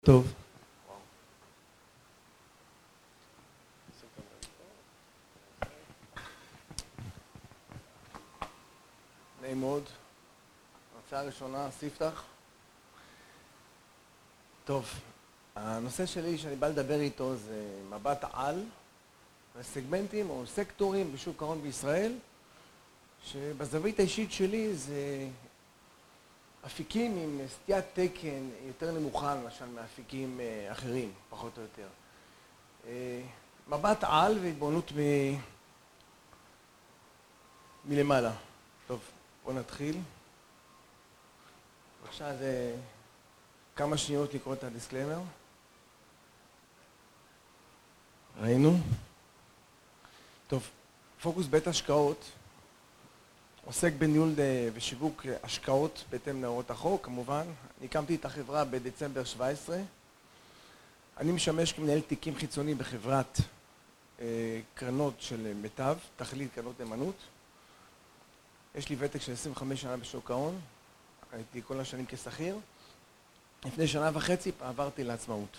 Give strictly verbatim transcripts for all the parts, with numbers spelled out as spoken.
טוב. נעים מאוד. הרצאה הראשונה, ספתח. טוב, הנושא שלי שאני בא לדבר איתו זה מבט על סגמנטים או סקטורים בשוק ההון בישראל, שבזווית האישית שלי זה אפיקים עם סטיית תקן יותר נמוכה למשל מאפיקים אחרים, פחות או יותר. מבט על והתבוננות מ... מלמעלה. טוב, בואו נתחיל. עכשיו זה כמה שניות לקרוא את הדיסקליימר. ראינו? טוב, פוקוס בית השקעות עוסק בניהול ושיווק השקעות בהתאם להוראות החוק, כמובן. אני הקמתי את החברה בדצמבר שבע עשרה. אני משמש כמנהל תיקים חיצוני בחברת אה, קרנות של מיטב, תכלית קרנות נאמנות. יש לי ותק של עשרים וחמש שנה בשוק ההון, הייתי כל השנים כשכיר. לפני שנה וחצי עברתי לעצמאות.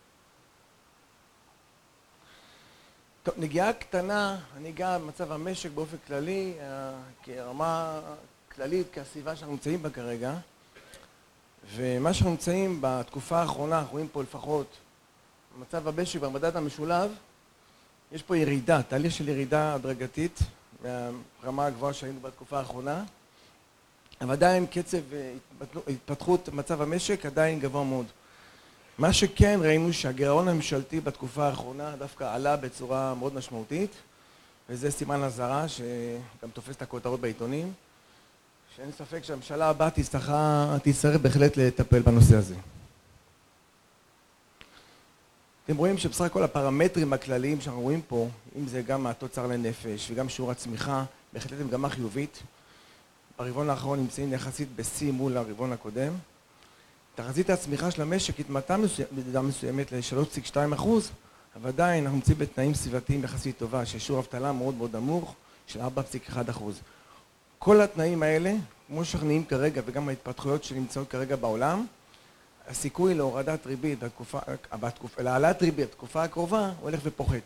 טוב, נגיעה קטנה, אני אגע במצב המשק באופן כללי, כרמה כללית, כסביבה שאנחנו נמצאים בה כרגע. ומה שאנחנו נמצאים בתקופה האחרונה, אנחנו רואים פה לפחות, במצב המשק במדד המשולב, יש פה ירידה, תהליך של ירידה הדרגתית, מהרמה הגבוהה שהיינו בתקופה האחרונה. אבל עדיין קצב התפתחות מצב המשק עדיין גבוה מאוד. מה שכן ראינו שהגירעון הממשלתי בתקופה האחרונה דווקא עלה בצורה מאוד משמעותית, וזה סימן אזהרה שגם תופס את הכותרות בעיתונים, שאין ספק שהממשלה הבאה תצטרך בהחלט לטפל בנושא הזה. אתם רואים שבסך הכל הפרמטרים הכלליים שאנחנו רואים פה, אם זה גם התוצר לנפש וגם שיעור הצמיחה, בהחלט הם מגמה חיובית. ברבעון האחרון נמצאים יחסית בשיא מול הרבעון הקודם. תחזית הצמיחה של המשק התמתנה במידה מסוימת ל-שלוש נקודה שתיים אחוז, אבל עדיין אנחנו נמצאים בתנאים סביבתיים יחסית טובה, ששיעור אבטלה מאוד מאוד נמוך של ארבע נקודה אחת אחוז. כל התנאים האלה, כמו שאנחנו נראים כרגע וגם ההתפתחויות שנמצאות כרגע בעולם, הסיכוי להורדת ריבית בתקופה, בתקופה, להעלאת ריבית בתקופה הקרובה הולך ופוחת.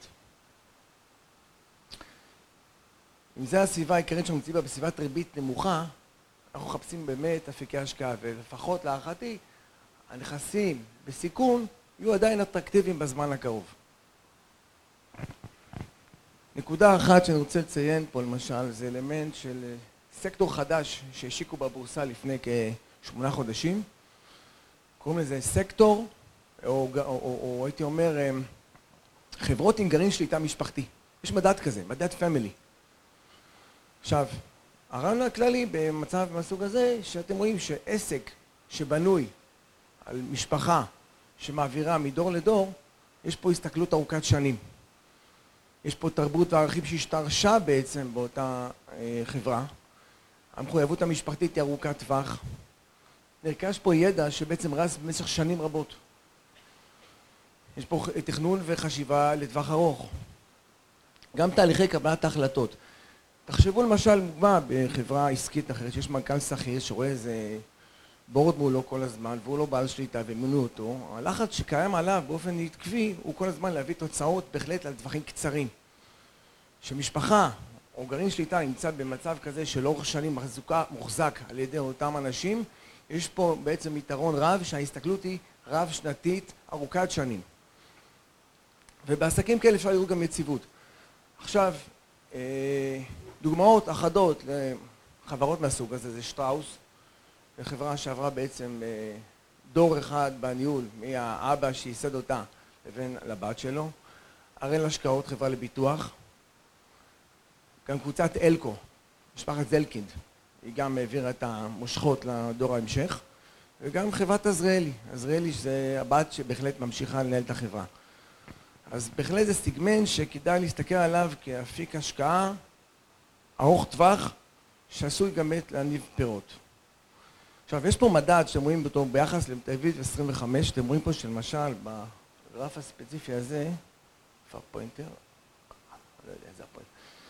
אם זה הסביבה העיקרית שאנחנו נמצאים בה בסביבת ריבית נמוכה, אנחנו מחפשים באמת אפיקי השקעה, ולפחות להערכתי, הנכסים בסיכון יהיו עדיין אטרקטיביים בזמן הקרוב. נקודה אחת שאני רוצה לציין פה למשל, זה אלמנט של סקטור חדש שהשיקו בבורסה לפני כשמונה חודשים. קוראים לזה סקטור, או, או, או, או, או הייתי אומר, חברות עם גרעין שליטה משפחתי. יש מדד כזה, מדד פמילי. עכשיו, הרעיון הכללי במצב מהסוג הזה, שאתם רואים שעסק שבנוי על משפחה שמעבירה מדור לדור, יש פה הסתכלות ארוכת שנים. יש פה תרבות וערכים שהשתרשה בעצם באותה אה, חברה. המחויבות המשפחתית היא ארוכת טווח. נרכש פה ידע שבעצם רץ במשך שנים רבות. יש פה תכנון וחשיבה לטווח ארוך. גם תהליכי קבלת ההחלטות. תחשבו למשל מה בחברה עסקית אחרת, שיש מנכ"ל שכיר שרואה איזה בורד מולו כל הזמן, והוא לא בעל שליטה ומינו אותו. הלחץ שקיים עליו באופן עקבי הוא כל הזמן להביא תוצאות בהחלט על טווחים קצרים. שמשפחה או גרעין שליטה נמצא במצב כזה שלאורך שנים מחזוקה, מוחזק על ידי אותם אנשים, יש פה בעצם יתרון רב שההסתכלות היא רב שנתית ארוכת שנים. ובעסקים כאלה אפשר לראות גם יציבות. עכשיו, דוגמאות אחדות לחברות מהסוג הזה זה שטראוס, חברה שעברה בעצם דור אחד בניהול מהאבא שייסד אותה לבין לבת שלו. הראל השקעות, חברה לביטוח. גם קבוצת אלקו, משפחת זלקינד, היא גם העבירה את המושכות לדור ההמשך. וגם חברת עזריאלי, עזריאלי שזה הבת שבהחלט ממשיכה לנהל את החברה. אז בהחלט זה סגמנט שכדאי להסתכל עליו כאפיק השקעה ארוך טווח שעשוי גם להניב פירות. עכשיו, יש פה מדד שאתם רואים אותו ביחס לתווית עשרים וחמש, אתם רואים פה שלמשל בגרף הספציפי הזה, איפה הפוינטר? לא יודע, זה הפוינטר.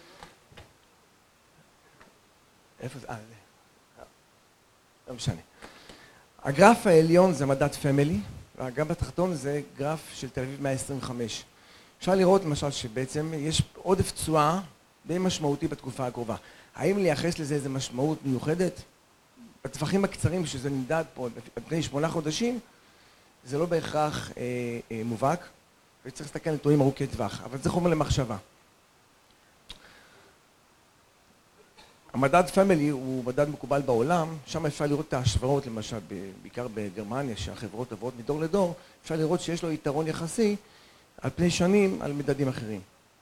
איפה זה? אה, זה. לא משנה. הגרף העליון זה מדד פמילי, והגרף התחתון זה גרף של תל אביב מאה עשרים וחמש. אפשר לראות למשל שבעצם יש עודף תשואה די משמעותי בתקופה הקרובה. האם לייחס לזה איזו משמעות מיוחדת? בטווחים הקצרים שזה נמדד פה על פני שמונה חודשים, זה לא בהכרח אה, אה, מובהק, וצריך להסתכל על נתונים ארוכי טווח, אבל זה חומר למחשבה. המדד פמילי הוא מדד מקובל בעולם, שם אפשר לראות את ההשוואות, למשל, בעיקר בגרמניה, שהחברות עוברות מדור לדור, אפשר לראות שיש לו יתרון יחסי על פני שנים על מדדים אחרים.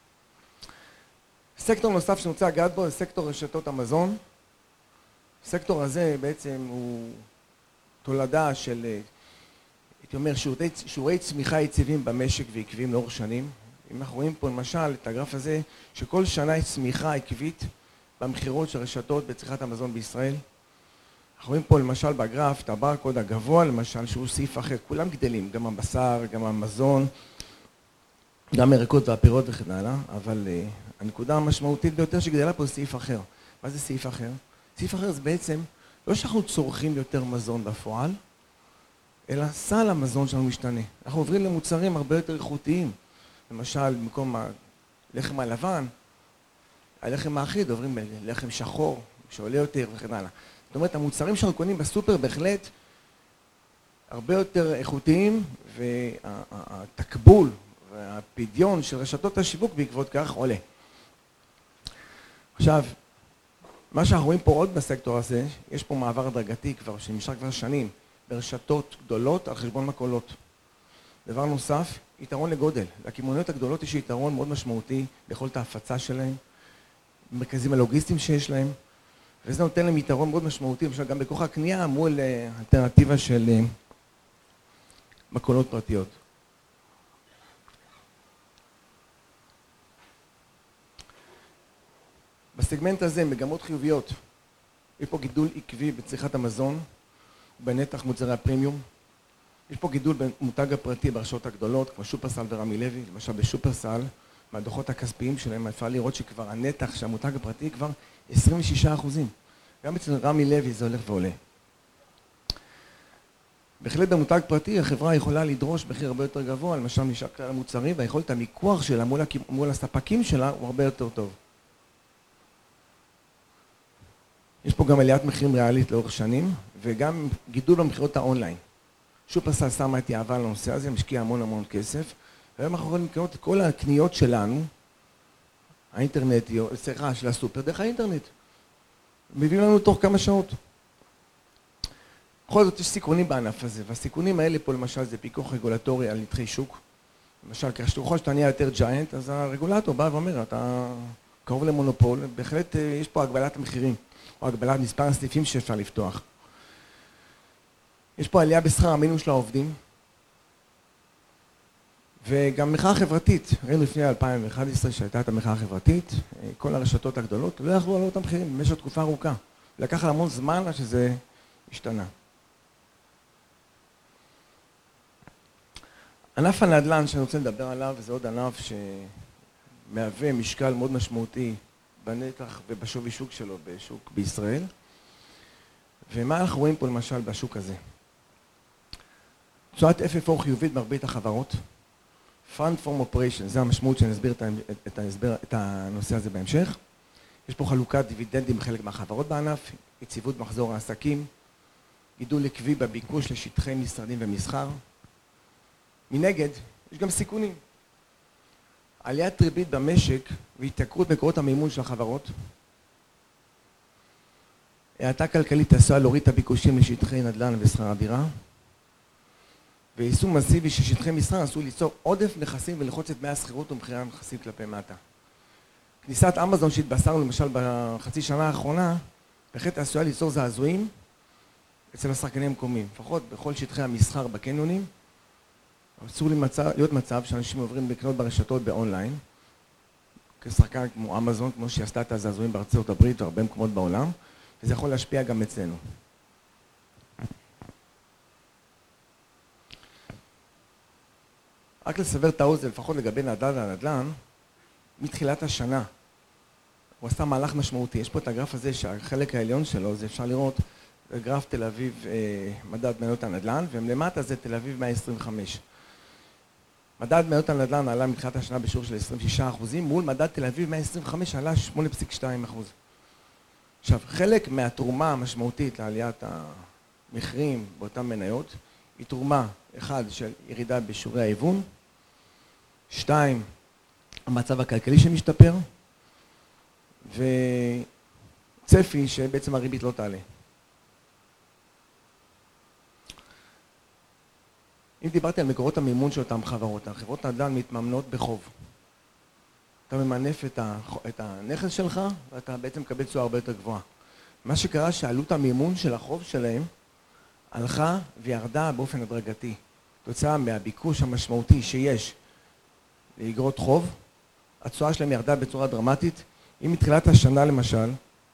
סקטור נוסף שאני רוצה לגעת בו זה סקטור רשתות המזון. הסקטור הזה בעצם הוא תולדה של, הייתי אומר, שיעורי, שיעורי צמיחה יציבים במשק ועקביים לאורך שנים. אם אנחנו רואים פה למשל את הגרף הזה, שכל שנה יש צמיחה עקבית במחירות של רשתות בצריכת המזון בישראל. אנחנו רואים פה למשל בגרף את הברקוד הגבוה, למשל שהוא סעיף אחר, כולם גדלים, גם הבשר, גם המזון, גם הירקות והפירות וכן הלאה, אבל uh, הנקודה המשמעותית ביותר שגדלה פה זה סעיף אחר. מה זה סעיף אחר? סעיף אחר זה בעצם לא שאנחנו צורכים יותר מזון בפועל, אלא סל המזון שלנו משתנה. אנחנו עוברים למוצרים הרבה יותר איכותיים. למשל, במקום הלחם הלבן, הלחם האחיד עוברים ללחם שחור, שעולה יותר וכן הלאה. זאת אומרת, המוצרים שאנחנו קונים בסופר בהחלט הרבה יותר איכותיים, והתקבול והפדיון של רשתות השיווק בעקבות כך עולה. עכשיו, מה שאנחנו רואים פה עוד בסקטור הזה, יש פה מעבר הדרגתי כבר, שנמשך כבר שנים, ברשתות גדולות על חשבון מכולות. דבר נוסף, יתרון לגודל. לקמעונאיות הגדולות יש יתרון מאוד משמעותי ביכולת ההפצה שלהם, במרכזים הלוגיסטיים שיש להם, וזה נותן להם יתרון מאוד משמעותי, למשל גם בכוח הקנייה מול אלטרנטיבה של מכולות פרטיות. בסגמנט הזה מגמות חיוביות, יש פה גידול עקבי בצריכת המזון, בנתח מוצרי הפרימיום, יש פה גידול במותג הפרטי ברשתות הגדולות, כמו שופרסל ורמי לוי, למשל בשופרסל, מהדוחות הכספיים שלהם אפשר לראות שכבר הנתח שהמותג הפרטי כבר עשרים ושישה אחוזים. גם אצל רמי לוי זה הולך ועולה. בהחלט במותג פרטי החברה יכולה לדרוש מחיר הרבה יותר גבוה, למשל משאר כלל המוצרים, והיכולת המיקוח שלה מול, מול הספקים שלה הוא הרבה יותר טוב. יש פה גם עליית מחירים ריאלית לאורך שנים, וגם גידול במחירות האונליין. שופרסל שמה את יעבה לנושא הזה, משקיע המון המון כסף, והיום אנחנו יכולים לקנות את כל הקניות שלנו, האינטרנטיות, סליחה, של הסופר, דרך האינטרנט. מביאים לנו תוך כמה שעות. בכל זאת יש סיכונים בענף הזה, והסיכונים האלה פה למשל זה פיקוח רגולטורי על נתחי שוק. למשל, ככל שאתה נהיה יותר ג'יינט, אז הרגולטור בא ואומר, אתה קרוב למונופול, בהחלט יש פה הגבלת המחירים, או הגבלת מספר הסניפים שאפשר לפתוח. יש פה עלייה בשכר המינימום של העובדים, וגם מחאה חברתית. ראינו לפני אלפיים ואחת עשרה שהייתה את המחאה החברתית, כל הרשתות הגדולות לא יכלו לעלות את המחירים במשך תקופה ארוכה. לקח המון זמן עד שזה השתנה. ענף הנדל"ן שאני רוצה לדבר עליו, זה עוד ענף שמהווה משקל מאוד משמעותי בנתח ובשווי שוק שלו בשוק בישראל. ומה אנחנו רואים פה למשל בשוק הזה? תשואת אף אף או חיובית מרבית החברות. Fund From Operation, זה המשמעות שאני אסביר את, את, ההסבר, את הנושא הזה בהמשך. יש פה חלוקת דיבידנדים בחלק מהחברות בענף, יציבות מחזור העסקים, גידול עקבי בביקוש לשטחי משרדים ומסחר. מנגד, יש גם סיכונים. עליית ריבית במשק והתייקרות מקורות המימון של החברות. האטה כלכלית עשויה להוריד את הביקושים לשטחי נדל"ן ושכר הדירה. ויישום מסיבי של שטחי מסחר עשוי ליצור עודף נכסים ולחוץ את דמי השכירות ומחירי הנכסים כלפי מטה. כניסת אמזון שהתבשרנו למשל בחצי שנה האחרונה, בהחלט עשויה ליצור זעזועים אצל השחקנים המקומיים. לפחות בכל שטחי המסחר בקניונים, אסור להיות מצב שאנשים עוברים לקנות ברשתות באונליין, כשחקן כמו אמזון, כמו שהיא עשתה את הזעזועים בארצות הברית והרבה מקומות בעולם, וזה יכול להשפיע גם אצלנו. רק לסבר את האוזן, לפחות לגבי נדל"ן והנדל"ן, מתחילת השנה, הוא עשה מהלך משמעותי. יש פה את הגרף הזה שהחלק העליון שלו, זה אפשר לראות זה גרף תל אביב, מדד מניות הנדל"ן, ולמטה זה תל אביב מאה עשרים וחמש. מדד מניות הנדל"ן עלה מתחילת השנה בשיעור של עשרים ושישה אחוזים, מול מדד תל אביב מאה עשרים וחמש עלה שמונה נקודה שתיים אחוז. עכשיו, חלק מהתרומה המשמעותית לעליית המחירים באותן מניות, היא תרומה, אחד, של ירידה בשיעורי ההיוון, שתיים, המצב הכלכלי שמשתפר, וצפי שבעצם הריבית לא תעלה. אם דיברתי על מקורות המימון של אותן חברות, החברות נדל"ן מתממנות בחוב. אתה ממנף את, ה, את הנכס שלך, ואתה בעצם מקבל תשואה הרבה יותר גבוהה. מה שקרה שעלות המימון של החוב שלהם הלכה וירדה באופן הדרגתי. תוצאה מהביקוש המשמעותי שיש לאגרות חוב, התשואה שלהם ירדה בצורה דרמטית. אם מתחילת השנה למשל,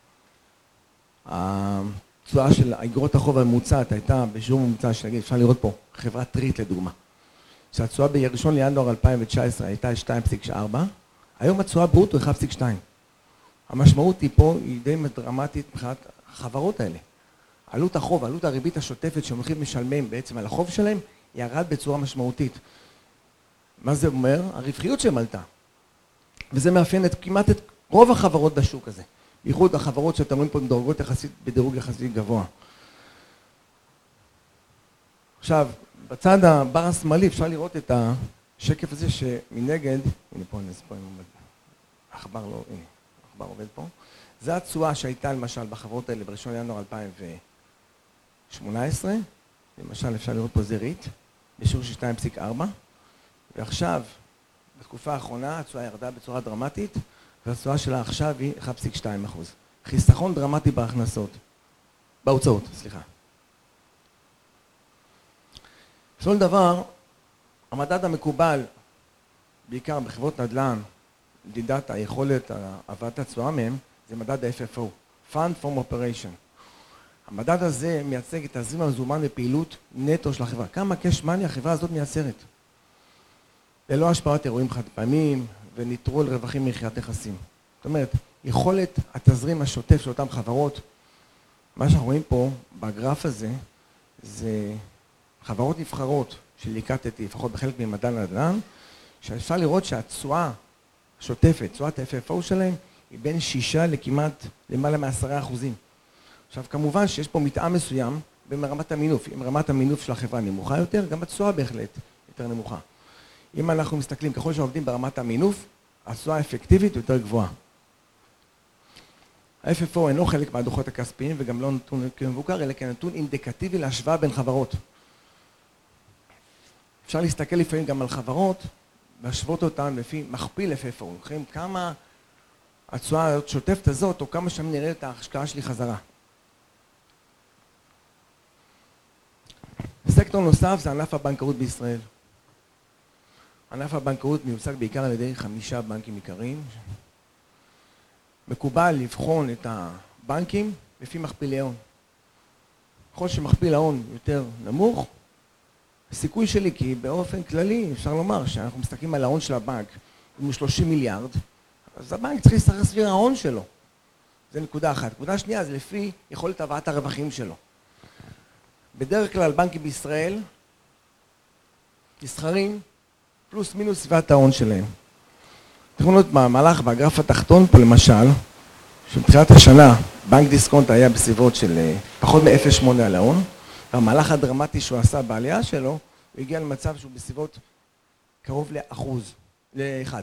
התשואה של אגרות החוב הממוצעת הייתה בשיעור ממוצע, שנגיד, אפשר לראות פה, חברת טריט לדוגמה. שהתשואה בראשון לינואר אלפיים תשע עשרה הייתה שתיים נקודה ארבע, היום התשואה ברוטו אחת נקודה שתיים. המשמעות היא פה, היא די דרמטית מבחינת החברות האלה. עלות החוב, עלות הריבית השוטפת שהם הולכים משלמים בעצם על החוב שלהם, ירד בצורה משמעותית. מה זה אומר? הרווחיות שהם עלתה. וזה מאפיין את כמעט את רוב החברות בשוק הזה. בייחוד החברות שאתם רואים פה עם דרגות יחסית, בדירוג יחסית גבוה. עכשיו, בצד הבר השמאלי אפשר לראות את השקף הזה שמנגד, הנה פה, הנה פה, העכבר לא, הנה, העכבר עובד פה. זה התשואה שהייתה למשל בחברות האלה בראשון לינואר אלפיים שמונה עשרה, למשל אפשר לראות פה זה ריט, בשיעור של שתיים נקודה ארבע, ועכשיו, בתקופה האחרונה, התשואה ירדה בצורה דרמטית, והתשואה שלה עכשיו היא אחת נקודה שתיים אחוז. חיסכון דרמטי בהכנסות, בהוצאות, סליחה. בסופו של דבר, המדד המקובל, בעיקר בחברות נדל"ן, מדידת היכולת, הבאת התשואה מהם, זה מדד ה-אף אף או, Fund From Operation. המדד הזה מייצג את תזרים המזומן בפעילות נטו של החברה. כמה cash money החברה הזאת מייצרת. ללא השפעת אירועים חד פעמים וניטרול רווחים ממכירת נכסים. זאת אומרת, יכולת התזרים השוטף של אותן חברות, מה שאנחנו רואים פה בגרף הזה, זה חברות נבחרות שליקטתי, לפחות בחלק ממדד הנדל"ן, שאפשר לראות שהתשואה השוטפת, תשואת ה-אף אף או שלהם, היא בין שישה לכמעט למעלה מעשרה אחוזים. עכשיו, כמובן שיש פה מתאם מסוים ברמת המינוף. אם רמת המינוף של החברה נמוכה יותר, גם התשואה בהחלט יותר נמוכה. אם אנחנו מסתכלים, ככל שעובדים ברמת המינוף, התשואה האפקטיבית יותר גבוהה. ה-אף אף או אינו חלק מהדוחות הכספיים וגם לא נתון כמבוקר, אלא כנתון אינדיקטיבי להשוואה בין חברות. אפשר להסתכל לפעמים גם על חברות, להשוות אותן לפי מכפיל אף אף או. לוקחים כמה התשואה השוטפת הזאת, או כמה שם נראה את ההשקעה שלי חזרה. סקטור נוסף זה ענף הבנקאות בישראל. ענף הבנקאות מיוצג בעיקר על ידי חמישה בנקים עיקריים. מקובל לבחון את הבנקים לפי מכפילי הון. ככל שמכפיל ההון יותר נמוך, הסיכוי שלי, כי באופן כללי אפשר לומר שאנחנו מסתכלים על ההון של הבנק, אם הוא שלושים מיליארד, אז הבנק צריך להסתכל סביב ההון שלו. זה נקודה אחת. נקודה שנייה זה לפי יכולת הבאת הרווחים שלו. בדרך כלל בנקים בישראל נסחרים פלוס מינוס סביבת ההון שלהם. אתם יכולים לראות במהלך בגרף התחתון פה למשל, שבתחילת השנה בנק דיסקונט היה בסביבות של פחות מ-אפס נקודה שמונה על ההון, והמהלך הדרמטי שהוא עשה בעלייה שלו, הוא הגיע למצב שהוא בסביבות קרוב לאחוז, לאחד.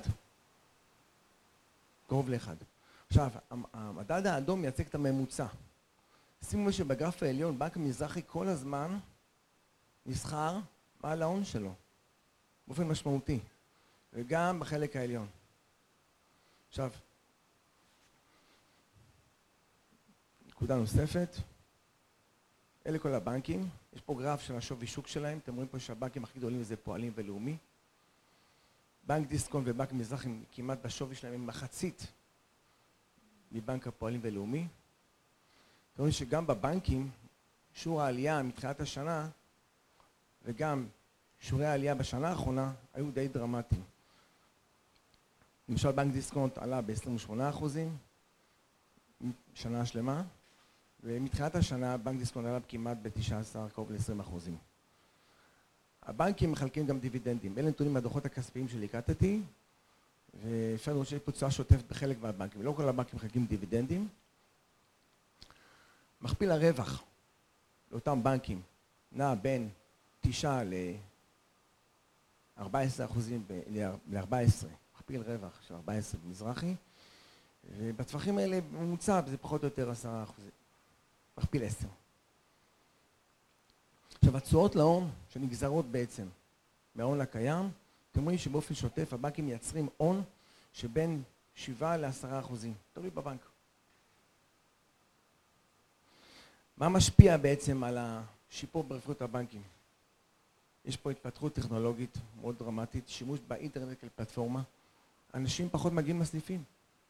קרוב לאחד. עכשיו, המדד האדום מייצג את הממוצע. שימו שבגרף העליון, בנק המזרחי כל הזמן נסחר מעל ההון שלו, באופן משמעותי, וגם בחלק העליון. עכשיו, נקודה נוספת, אלה כל הבנקים, יש פה גרף של השווי שוק שלהם, אתם רואים פה שהבנקים הכי גדולים זה פועלים ולאומי. בנק דיסקונט ובנק מזרחי כמעט בשווי שלהם הם מחצית מבנק הפועלים ולאומי. אתם רואים שגם בבנקים, שיעור העלייה מתחילת השנה וגם שיעורי העלייה בשנה האחרונה היו די דרמטיים. למשל בנק דיסקונט עלה ב-עשרים ושמונה אחוזים שנה שלמה, ומתחילת השנה בנק דיסקונט עלה כמעט ב-תשע עשרה, קרוב ל-עשרים אחוזים. הבנקים מחלקים גם דיבידנדים. אלה נתונים מהדוחות הכספיים שליקטתי, ואפשר לראות שיש פה תשואה שוטפת בחלק מהבנקים. לא כל הבנקים מחלקים דיבידנדים. מכפיל הרווח לאותם בנקים נע בין תשע ל-ארבע עשרה אחוזים, ל-ארבע עשרה, מכפיל רווח של ארבע עשרה במזרחי, ובטווחים האלה בממוצע זה פחות או יותר עשרה אחוזים, מכפיל עשר. עכשיו, התשואות להון שנגזרות בעצם מההון הקיים, אתם רואים שבאופן שוטף הבנקים מייצרים הון שבין שבעה לעשרה אחוזים, תלוי בבנק. מה משפיע בעצם על השיפור ברווחיות הבנקים? יש פה התפתחות טכנולוגית מאוד דרמטית, שימוש באינטרנט כפלטפורמה. אנשים פחות מגיעים לסניפים.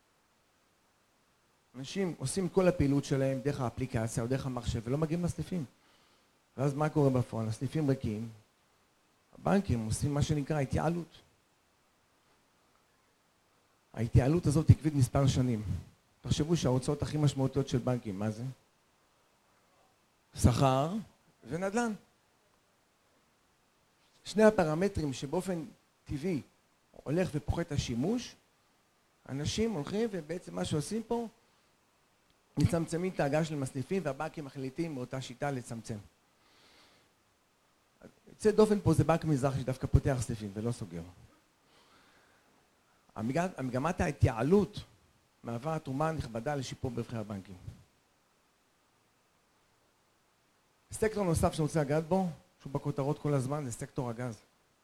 אנשים עושים את כל הפעילות שלהם דרך האפליקציה או דרך המחשב ולא מגיעים לסניפים. ואז מה קורה בפועל? הסניפים ריקים, הבנקים עושים מה שנקרא התייעלות. ההתייעלות הזאת עקבית מספר שנים. תחשבו שההוצאות הכי משמעותיות של בנקים, מה זה? שכר ונדל"ן. שני הפרמטרים שבאופן טבעי הולך ופוחת השימוש, אנשים הולכים ובעצם מה שעושים פה, מצמצמים את ההגעה של מסניפים והבנקים מחליטים באותה שיטה לצמצם. יוצא דופן פה זה בנק מזרחי שדווקא פותח סניפים ולא סוגר. המגמת ההתייעלות מהווה תרומה נכבדה לשיפור ברווחי הבנקים. סקטור נוסף שאני רוצה לגעת בו, שהוא בכותרות כל הזמן, זה סקטור הגז.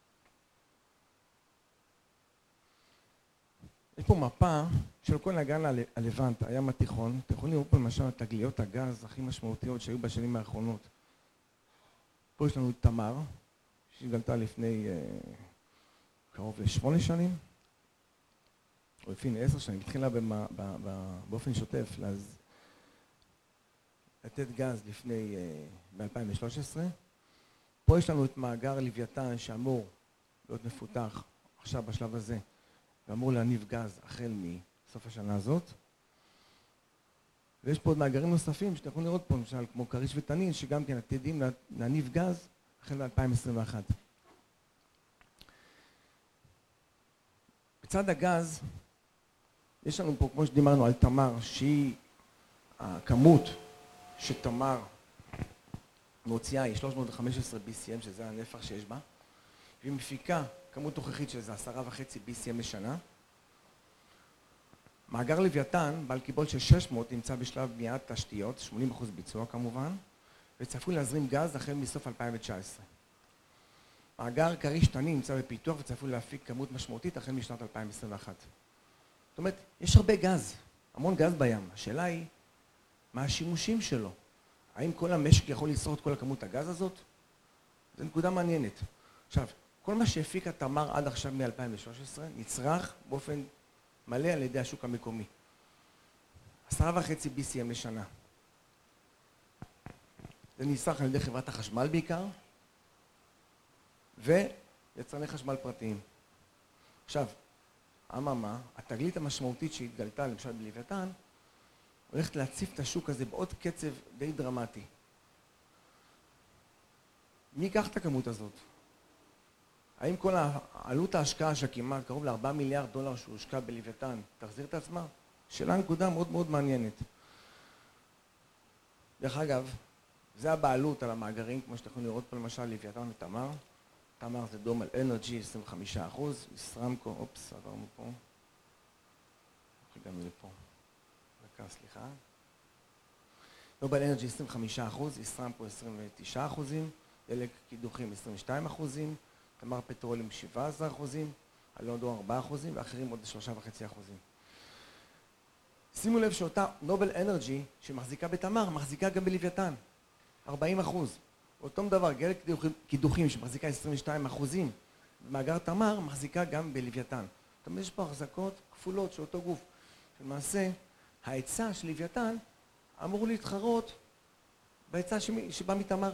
יש פה מפה של כל אגן הלבנט, הים התיכון. אתם יכולים לראות פה למשל את תגליות הגז הכי משמעותיות שהיו בשנים האחרונות. פה יש לנו את תמר, שהתגלתה לפני אה, קרוב לשמונה שנים, או לפני עשר שנים, התחילה במה, ב, ב, באופן שוטף לאז, לתת גז לפני, אה, ב-אלפיים ושלוש עשרה. פה יש לנו את מאגר לוויתן שאמור להיות מפותח עכשיו בשלב הזה, ואמור להניב גז החל מסוף השנה הזאת. ויש פה עוד מאגרים נוספים שאתם יכולים לראות פה, למשל כמו כריש ותנין, שגם כן עתידים להניב גז החל ב-אלפיים עשרים ואחת. בצד הגז, יש לנו פה, כמו שדיברנו על תמר, שהיא הכמות שתמר מוציאה היא שלוש מאות וחמש עשרה בי סי אם, שזה הנפח שיש בה, והיא מפיקה כמות תוכחית של זה עשרה וחצי בי סי אם לשנה. מאגר לוויתן, בעל קיבולת של שש מאות, נמצא בשלב בניית תשתיות, שמונים אחוז ביצוע כמובן, וצפוי להזרים גז החל מסוף אלפיים תשע עשרה. מאגר כריש תנין נמצא בפיתוח וצפוי להפיק כמות משמעותית החל משנת אלפיים עשרים ואחת. זאת אומרת, יש הרבה גז, המון גז בים. השאלה היא, מה השימושים שלו? האם כל המשק יכול לשרוד כל הכמות הגז הזאת? זו נקודה מעניינת. עכשיו, כל מה שהפיקה תמר עד עכשיו מ-אלפיים ושלוש עשרה נצרך באופן מלא על ידי השוק המקומי. עשרה וחצי בי סי אם לשנה. זה נצרך על ידי חברת החשמל בעיקר, ויצרני חשמל פרטיים. עכשיו, אממה, התגלית המשמעותית שהתגלתה, למשל בלוויתן, הולכת להציף את השוק הזה בעוד קצב די דרמטי. מי ייקח את הכמות הזאת? האם כל עלות ההשקעה שכמעט קרוב ל-ארבעה מיליארד דולר שהושקע בלוויתן תחזיר את עצמה? שאלה נקודה מאוד מאוד מעניינת. דרך אגב, זה הבעלות על המאגרים, כמו שאתם יכולים לראות פה למשל לוויתן ותמר. תמר זה דומל אנרג'י, עשרים וחמישה אחוז, ישראמקו, אופס, עברנו פה. הגענו לפה. דקה, סליחה. דומל אנרג'י עשרים וחמישה אחוז, ישראמקו עשרים ותשעה אחוזים, דלק קידוחים עשרים ושניים אחוזים, תמר פטרולים שבעה עשר אחוזים, אלון דור ארבעה אחוזים, ואחרים עוד שלושה וחצי אחוזים. שימו לב שאותה נובל אנרג'י שמחזיקה בתמר, מחזיקה גם בלוויתן, ארבעים אחוז. אותו דבר, דלק קידוחים שמחזיקה עשרים ושניים אחוזים, במאגר תמר מחזיקה גם בלוויתן. זאת אומרת, יש פה החזקות כפולות של אותו גוף. למעשה, ההיצע של לוויתן אמור להתחרות בהיצע שבא מתמר.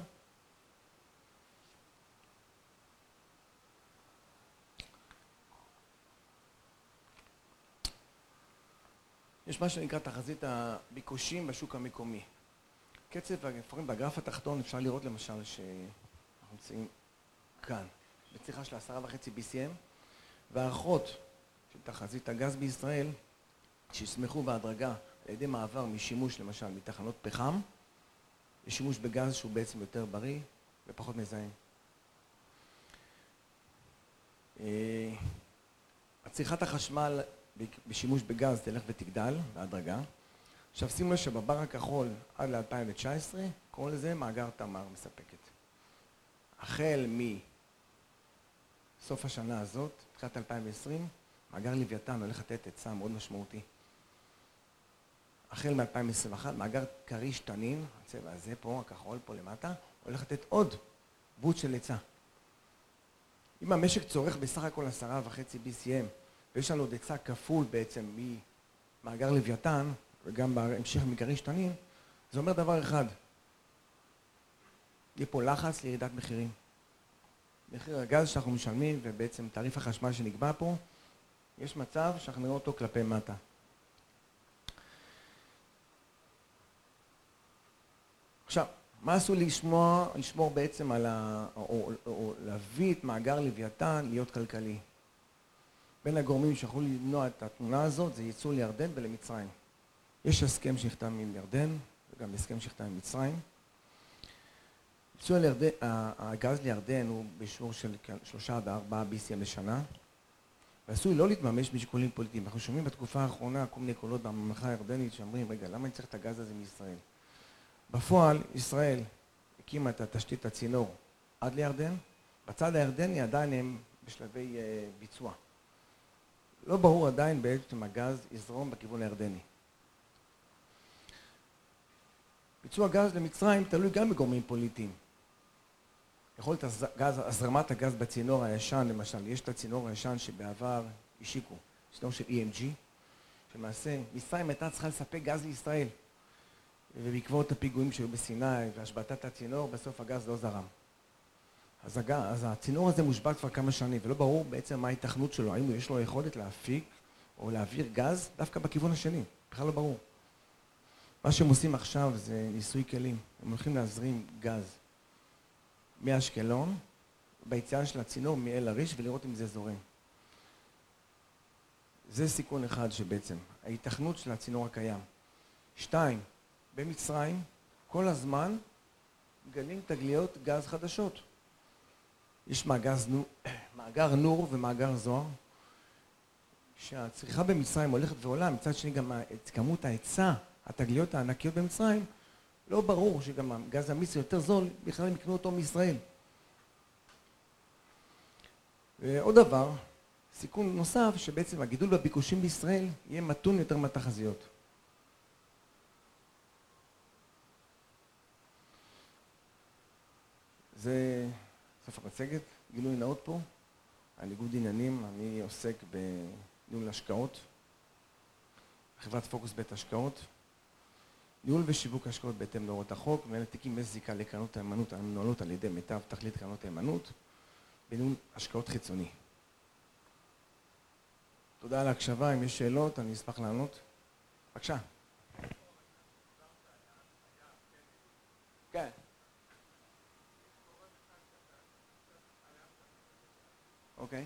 יש מה שנקרא תחזית הביקושים בשוק המקומי. קצב, בגרף התחתון אפשר לראות למשל שאנחנו נמצאים כאן, בצריכה של עשרה וחצי בי סי אם, והערכות של תחזית הגז בישראל, שיסמכו בהדרגה על ידי מעבר משימוש למשל מתחנות פחם, לשימוש בגז שהוא בעצם יותר בריא ופחות מזהם. צריכת החשמל בשימוש בגז תלך ותגדל בהדרגה. עכשיו שימו לב שבבר הכחול עד ל-אלפיים תשע עשרה, קוראים לזה מאגר תמר מספקת. החל מסוף השנה הזאת, תחילת אלפיים ועשרים, מאגר לוויתן הולך לתת היצע מאוד משמעותי. החל מ-אלפיים עשרים ואחת, מאגר כריש תנין, הצבע הזה פה, הכחול פה למטה, הולך לתת עוד בוט של היצע. אם המשק צורך בסך הכל עשרה וחצי בי סי אם, ויש לנו עוד היצע כפול בעצם ממאגר לוויתן, וגם בהמשך מכריש תנין, זה אומר דבר אחד. יהיה פה לחץ לירידת מחירים. מחיר הגז שאנחנו משלמים, ובעצם תעריף החשמל שנקבע פה, יש מצב שאנחנו נראה אותו כלפי מטה. עכשיו, מה עשו לשמור, לשמור בעצם על ה... או, או, או להביא את מאגר לוויתן להיות כלכלי? בין הגורמים שיכולו למנוע את התמונה הזאת, זה ייצוא לירדן ולמצרים. יש הסכם שנחתם עם ירדן, וגם הסכם שנחתם עם מצרים. ייצוא לירדן, הגז לירדן הוא בשיעור של שלושה עד ארבעה בי סי אם לשנה, ועשוי לא להתממש משיקולים פוליטיים. אנחנו שומעים בתקופה האחרונה כל מיני קולות בממלכה הירדנית שאומרים, רגע, למה אני צריך את הגז הזה מישראל? בפועל, ישראל הקימה את התשתית הצינור עד לירדן, בצד הירדני עדיין הם בשלבי ביצוע. לא ברור עדיין בעצם הגז יזרום בכיוון הירדני. ביצוע גז למצרים תלוי גם בגורמים פוליטיים. יכול להיות הגז, הזרמת הגז בצינור הישן, למשל, יש את הצינור הישן שבעבר השיקו, צינור של אי אם ג'י, שלמעשה מצרים הייתה צריכה לספק גז לישראל. ובעקבות הפיגועים שהיו בסיני והשבתת הצינור, בסוף הגז לא זרם. אז, הגז, אז הצינור הזה מושבת כבר כמה שנים, ולא ברור בעצם מה ההיתכנות שלו, האם יש לו יכולת להפיק או להעביר גז דווקא בכיוון השני, בכלל לא ברור. מה שהם עושים עכשיו זה ניסוי כלים, הם הולכים להזרים גז מאשקלון, ביציאה של הצינור מאל עריש ולראות אם זה זורם. זה סיכון אחד שבעצם, ההיתכנות של הצינור הקיים. שתיים, במצרים כל הזמן גלים תגליות גז חדשות. יש מאגז, מאגר נור ומאגר זוהר, שהצריכה במצרים הולכת ועולה, מצד שני גם כמות ההיצע, התגליות הענקיות במצרים, לא ברור שגם הגז המצרי יותר זול, בכלל הם יקנו אותו מישראל. ועוד דבר, סיכון נוסף, שבעצם הגידול בביקושים בישראל יהיה מתון יותר מהתחזיות. זה סוף המצגת, גילוי נאות פה, על איגוד עניינים, אני עוסק בניהול השקעות, חברת פוקוס בית השקעות, ניהול ושיווק השקעות בהתאם להוראות החוק, מנהל תיקים יש זיקה לקרנות ההימנעות המנוהלות על ידי מיטב תכלית קרנות ההימנעות, בניהול השקעות חיצוני. תודה על ההקשבה, אם יש שאלות אני אשמח לענות. בבקשה. כן. אוקיי.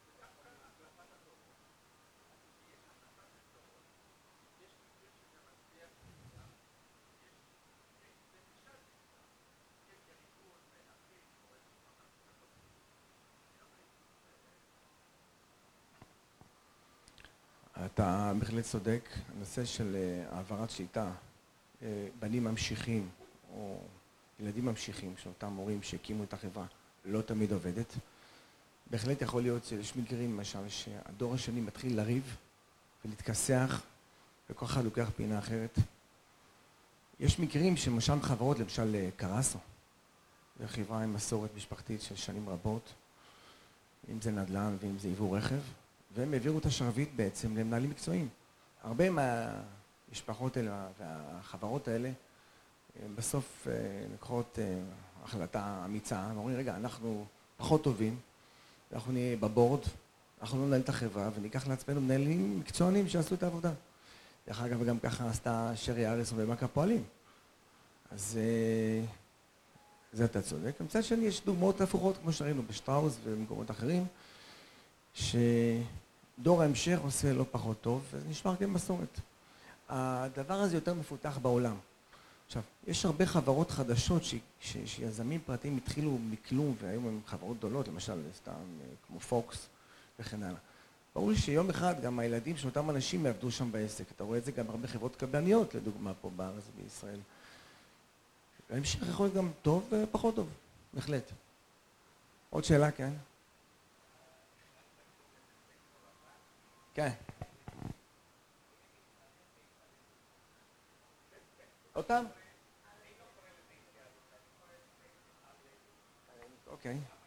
אתה בהחלט צודק, הנושא של העברת שליטה, בנים ממשיכים או ילדים ממשיכים של אותם הורים שהקימו את החברה לא תמיד עובדת. בהחלט יכול להיות שיש מקרים, למשל, שהדור השני מתחיל לריב ולהתכסח וכל אחד לוקח פינה אחרת. יש מקרים שמשל חברות, למשל קרסו, זו חברה עם מסורת משפחתית של שנים רבות, אם זה נדל"ן ואם זה עיבור רכב, והם העבירו את השרביט בעצם למנהלים מקצועיים. הרבה מהמשפחות האלה והחברות האלה בסוף לקחות החלטה אמיצה, ואומרים, רגע, אנחנו פחות טובים, אנחנו נהיה בבורד, אנחנו לא ננהל את החברה, וניקח לעצמנו מנהלים מקצוענים שעשו את העבודה. דרך אגב, גם ככה עשתה שרי אריסון ובנק הפועלים. אז זה אתה צודק. מצד שני, יש דוגמאות הפוכות, כמו שראינו בשטראוס ובמקומות אחרים, שדור ההמשך עושה לא פחות טוב, וזה נשמר כמסורת. הדבר הזה יותר מפותח בעולם. עכשיו, יש הרבה חברות חדשות ש, ש, שיזמים פרטיים התחילו מכלום, והיום הם חברות גדולות, למשל, סתם כמו פוקס וכן הלאה. ברור לי שיום אחד גם הילדים של אותם אנשים יעבדו שם בעסק. אתה רואה את זה גם הרבה חברות קבלניות, לדוגמה, פה בארץ ובישראל. ההמשך יכול להיות גם טוב ופחות טוב, בהחלט. עוד שאלה, כן? כן. אותם? אוקיי.